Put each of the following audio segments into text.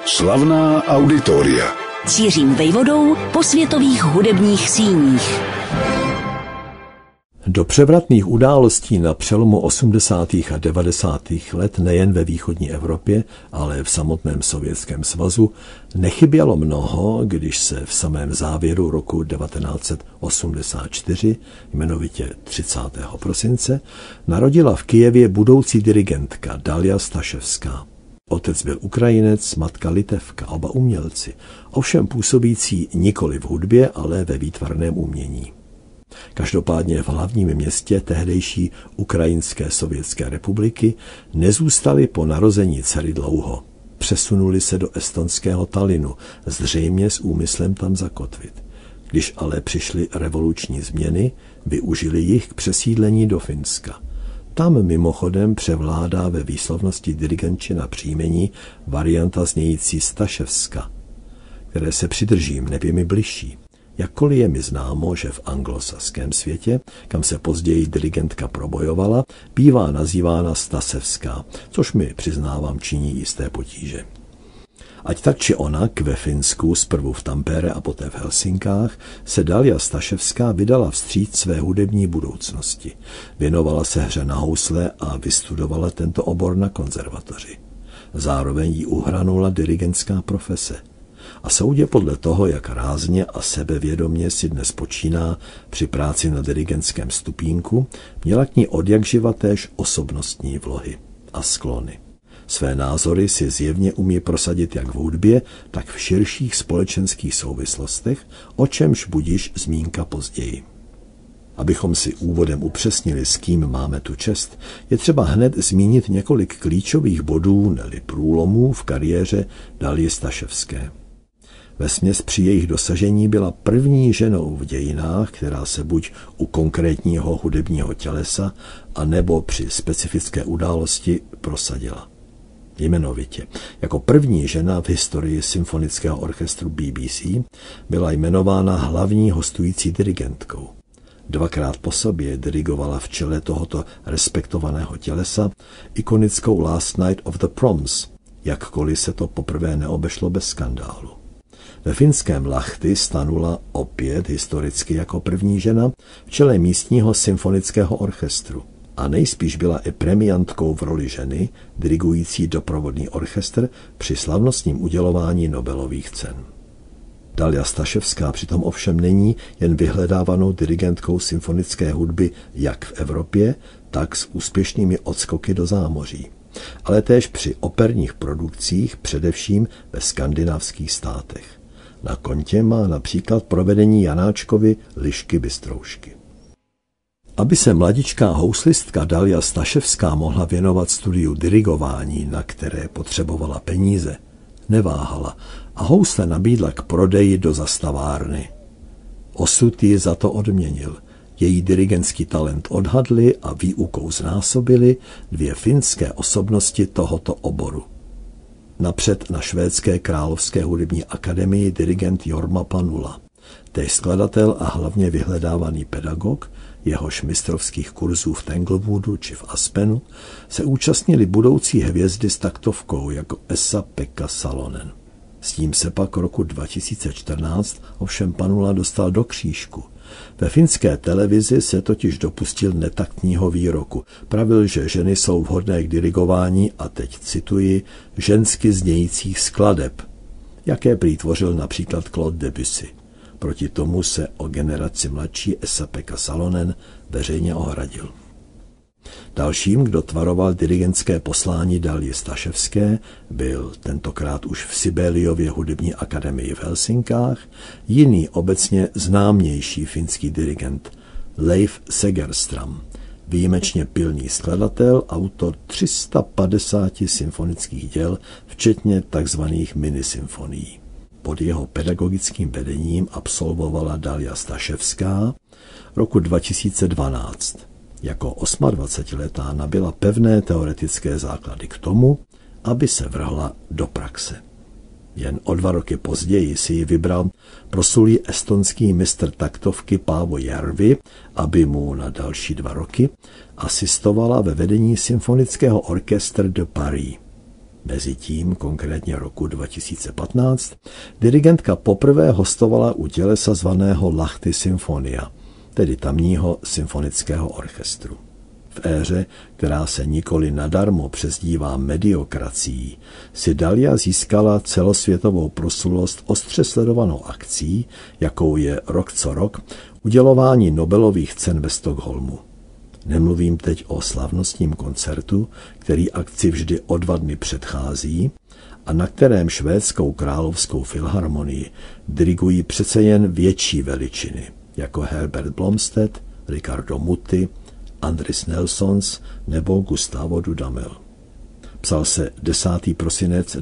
Slavná auditoria. Cířím vejvodou po světových hudebních síních. Do převratných událostí na přelomu 80. a 90. let nejen ve východní Evropě, ale v samotném Sovětském svazu nechybělo mnoho, když se v samém závěru roku 1984, jmenovitě 30. prosince, narodila v Kyjevě budoucí dirigentka Dalia Staševská. Otec byl Ukrajinec, matka Litevka, oba umělci, ovšem působící nikoli v hudbě, ale ve výtvarném umění. Každopádně v hlavním městě tehdejší Ukrajinské sovětské republiky nezůstali po narození dcery dlouho. Přesunuli se do estonského Tallinnu, zřejmě s úmyslem tam zakotvit. Když ale přišly revoluční změny, využili jich k přesídlení do Finska. Tam mimochodem převládá ve výslovnosti dirigentčina příjmení varianta znějící Staševska, které se přidržím, neb je mi bližší. Jakkoliv je mi známo, že v anglosaském světě, kam se později dirigentka probojovala, bývá nazývána Stasevská, což mi, přiznávám, činí jisté potíže. Ať tak či onak, ve Finsku, zprvu v Tampere a poté v Helsinkách, se Dalia Staševská vydala vstříc své hudební budoucnosti. Věnovala se hře na housle a vystudovala tento obor na konzervatoři. Zároveň jí uhranula dirigentská profese. A soudě podle toho, jak rázně a sebevědomě si dnes počíná při práci na dirigentském stupínku, měla k ní odjakživa též osobnostní vlohy a sklony. Své názory si zjevně umí prosadit jak v hudbě, tak v širších společenských souvislostech, o čemž budiž zmínka později. Abychom si úvodem upřesnili, s kým máme tu čest, je třeba hned zmínit několik klíčových bodů, neli průlomů v kariéře Dalie Staševské. Vesměs při jejich dosažení byla první ženou v dějinách, která se buď u konkrétního hudebního tělesa, anebo při specifické události prosadila. Jmenovitě, jako první žena v historii symfonického orchestru BBC byla jmenována hlavní hostující dirigentkou. Dvakrát po sobě dirigovala v čele tohoto respektovaného tělesa ikonickou Last Night of the Proms, jakkoliv se to poprvé neobešlo bez skandálu. Ve finském Lahti stanula opět historicky jako první žena v čele místního symfonického orchestru a nejspíš byla i premiantkou v roli ženy, dirigující doprovodný orchestr při slavnostním udělování Nobelových cen. Dalia Staševská přitom ovšem není jen vyhledávanou dirigentkou symfonické hudby jak v Evropě, tak s úspěšnými odskoky do zámoří, ale též při operních produkcích, především ve skandinávských státech. Na kontě má například provedení Janáčkovy Lišky Bystroušky. Aby se mladičká houslistka Dalia Staševská mohla věnovat studiu dirigování, na které potřebovala peníze, neváhala a housle nabídla k prodeji do zastavárny. Osud ji za to odměnil. Její dirigentský talent odhadli a výukou znásobili dvě finské osobnosti tohoto oboru. Napřed na švédské královské hudební akademii dirigent Jorma Panula, též skladatel a hlavně vyhledávaný pedagog, jehož mistrovských kurzů v Tanglewoodu či v Aspenu se účastnili budoucí hvězdy s taktovkou jako Esa-Pekka Salonen. S tím se pak roku 2014 ovšem Panula dostal do křížku. Ve finské televizi se totiž dopustil netaktního výroku. Pravil, že ženy jsou vhodné k dirigování a teď cituji, žensky znějících skladeb, jaké prý tvořil například Claude Debussy. Proti tomu se o generaci mladší Esa-Pekka Salonen veřejně ohradil. Dalším, kdo tvaroval dirigentské poslání Dalie Staševské, byl tentokrát už v Sibeliově hudební akademii v Helsinkách jiný obecně známější finský dirigent Leif Segerström, výjimečně pilný skladatel, autor 350 symfonických děl, včetně tzv. Minisymfonií. Pod jeho pedagogickým vedením absolvovala Dalia Staševská roku 2012. Jako 28letá nabyla pevné teoretické základy k tomu, aby se vrhla do praxe. Jen o 2 roky později si ji vybral proslulý estonský mistr taktovky Paavo Järvi, aby mu na další 2 roky asistovala ve vedení symfonického orchestra de Paris. Mezitím, konkrétně roku 2015, dirigentka poprvé hostovala u tělesa zvaného Lahti Sinfonia, tedy tamního symfonického orchestru. V éře, která se nikoli nadarmo přezdívá mediokracií, si Dalia získala celosvětovou proslulost ostře sledovanou akcí, jakou je rok co rok udělování Nobelových cen ve Stockholmu. Nemluvím teď o slavnostním koncertu, který akci vždy o 2 dny předchází a na kterém švédskou královskou filharmonii dirigují přece jen větší veličiny, jako Herbert Blomstedt, Riccardo Muti, Andris Nelsons nebo Gustavo Dudamel. Psal se 10. prosinec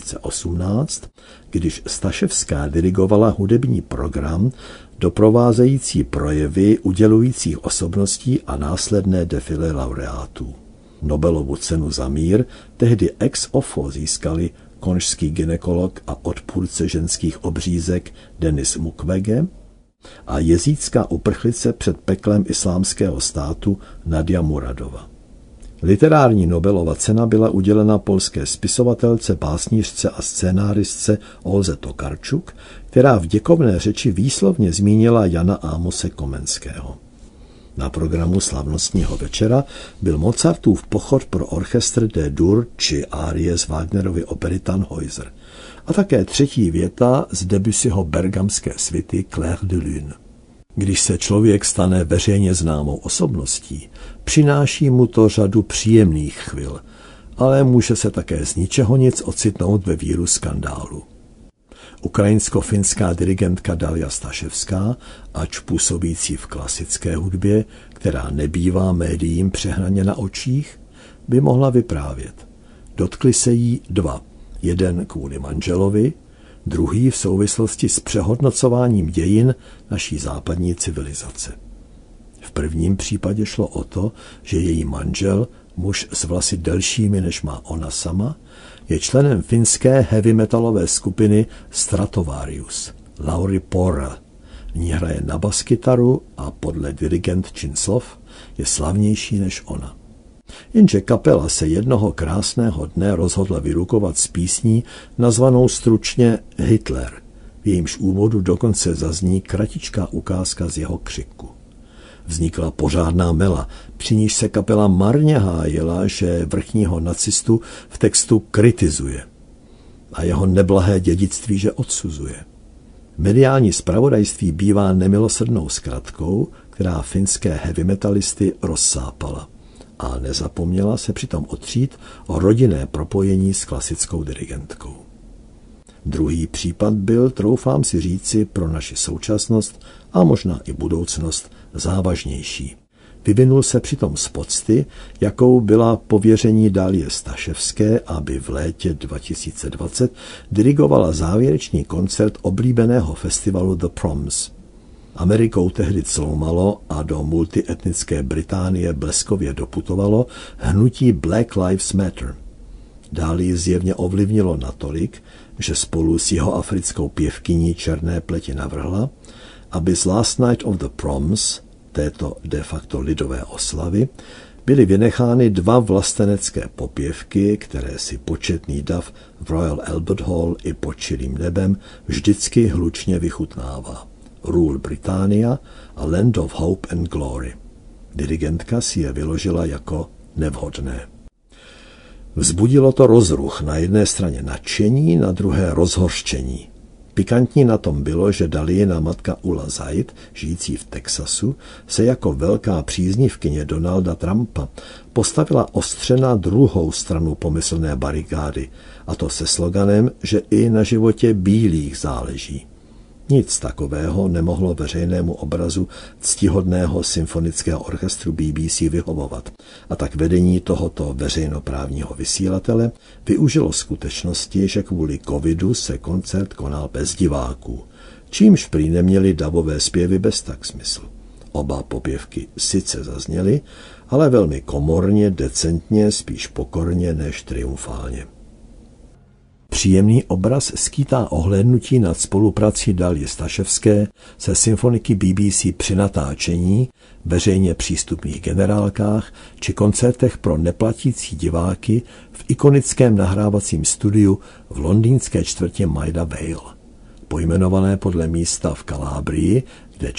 2018, když Staševská dirigovala hudební program doprovázející projevy udělujících osobností a následné defile laureátů. Nobelovu cenu za mír tehdy ex ofo získali konžský gynekolog a odpůrce ženských obřízek Denis Mukwege a jezídská uprchlice před peklem islámského státu Nadia Muradova. Literární Nobelova cena byla udělena polské spisovatelce, básnířce a scénáristce Olze Tokarczuk, která v děkovné řeči výslovně zmínila Jana Amose Komenského. Na programu slavnostního večera byl Mozartův pochod pro orchestr D-dur či árie z Wagnerovy opery Tannhäuser a také 3. věta z Debussyho bergamské suity Clair de Lune. Když se člověk stane veřejně známou osobností, přináší mu to řadu příjemných chvil, ale může se také z ničeho nic ocitnout ve víru skandálu. Ukrajinsko-finská dirigentka Dalia Staševská, ač působící v klasické hudbě, která nebývá médiím přehnaně na očích, by mohla vyprávět. Dotkli se jí 2. Jeden kvůli manželovi, druhý v souvislosti s přehodnocováním dějin naší západní civilizace. V prvním případě šlo o to, že její manžel, muž s vlasy delšími než má ona sama, je členem finské heavy metalové skupiny Stratovarius, Lauri Pora. V ní hraje na baskytaru a podle dirigentčin slov je slavnější než ona. Jenže kapela se jednoho krásného dne rozhodla vyrukovat s písní nazvanou stručně Hitler. V jejímž úvodu dokonce zazní kratičká ukázka z jeho křiku. Vznikla pořádná mela, při níž se kapela marně hájila, že vrchního nacistu v textu kritizuje a jeho neblahé dědictví, že odsuzuje. Mediální zpravodajství bývá nemilosrdnou zkratkou, která finské heavy metalisty rozsápala a nezapomněla se přitom otřít o rodinné propojení s klasickou dirigentkou. Druhý případ byl, troufám si říci, pro naši současnost a možná i budoucnost závažnější. Vyvinul se přitom z pocty, jakou byla pověření Dalie Staševské, aby v létě 2020 dirigovala závěrečný koncert oblíbeného festivalu The Proms. Amerikou tehdy cloumalo a do multietnické Británie bleskově doputovalo hnutí Black Lives Matter. Dalii zjevně ovlivnilo natolik, že spolu s jihoafrickou pěvkyní Černé pleti navrhla, aby z Last Night of the Proms, této de facto lidové oslavy, byly vynechány 2 vlastenecké popěvky, které si početný dav v Royal Albert Hall i pod čirým nebem vždycky hlučně vychutnává. Rule Britannia a Land of Hope and Glory. Dirigentka si je vyložila jako nevhodné. Vzbudilo to rozruch, na jedné straně nadšení, na druhé rozhořčení. Pikantní na tom bylo, že Daliina matka Ula Zaid, žijící v Texasu, se jako velká příznivkyně Donalda Trumpa postavila ostře na druhou stranu pomyslné barikády, a to se sloganem, že i na životě bílých záleží. Nic takového nemohlo veřejnému obrazu ctihodného symfonického orchestru BBC vyhovovat. A tak vedení tohoto veřejnoprávního vysílatele využilo skutečnosti, že kvůli covidu se koncert konal bez diváků, čímž prý neměli davové zpěvy bez tak smysl. Oba popěvky sice zazněly, ale velmi komorně, decentně, spíš pokorně než triumfálně. Příjemný obraz skýtá ohlédnutí nad spoluprací Dalie Staševské se symfoniky BBC při natáčení, veřejně přístupných generálkách či koncertech pro neplatící diváky v ikonickém nahrávacím studiu v londýnské čtvrtě Maida Vale, pojmenované podle místa v Kalábrii, kde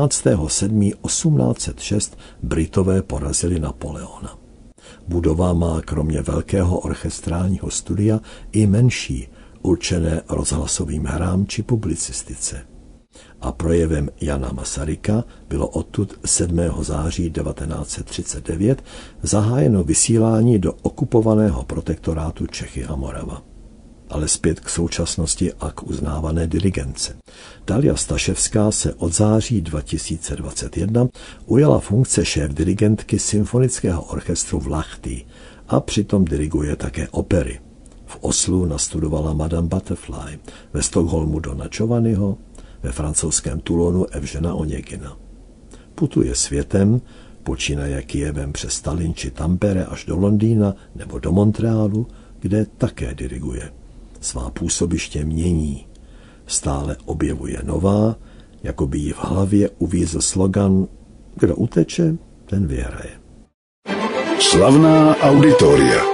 14.7.1806 Britové porazili Napoleona. Budova má kromě velkého orchestrálního studia i menší, určené rozhlasovým hrám či publicistice. A projevem Jana Masaryka bylo odtud 7. září 1939 zahájeno vysílání do okupovaného protektorátu Čechy a Morava. Ale zpět k současnosti a k uznávané dirigence. Dalia Staševská se od září 2021 ujala funkce šéfdirigentky symfonického orchestru v Lahti a přitom diriguje také opery. V Oslu nastudovala Madame Butterfly, ve Stockholmu Dona Giovanniho, ve francouzském Toulonu Evžena Oněgina. Putuje světem, počínaje Kyjevem přes Tallinn či Tampere až do Londýna nebo do Montrealu, kde také diriguje. Svá působiště mění. Stále objevuje nová, jako by jí v hlavě uvízl slogan "Kdo uteče, ten vyhraje". Slavná auditoria.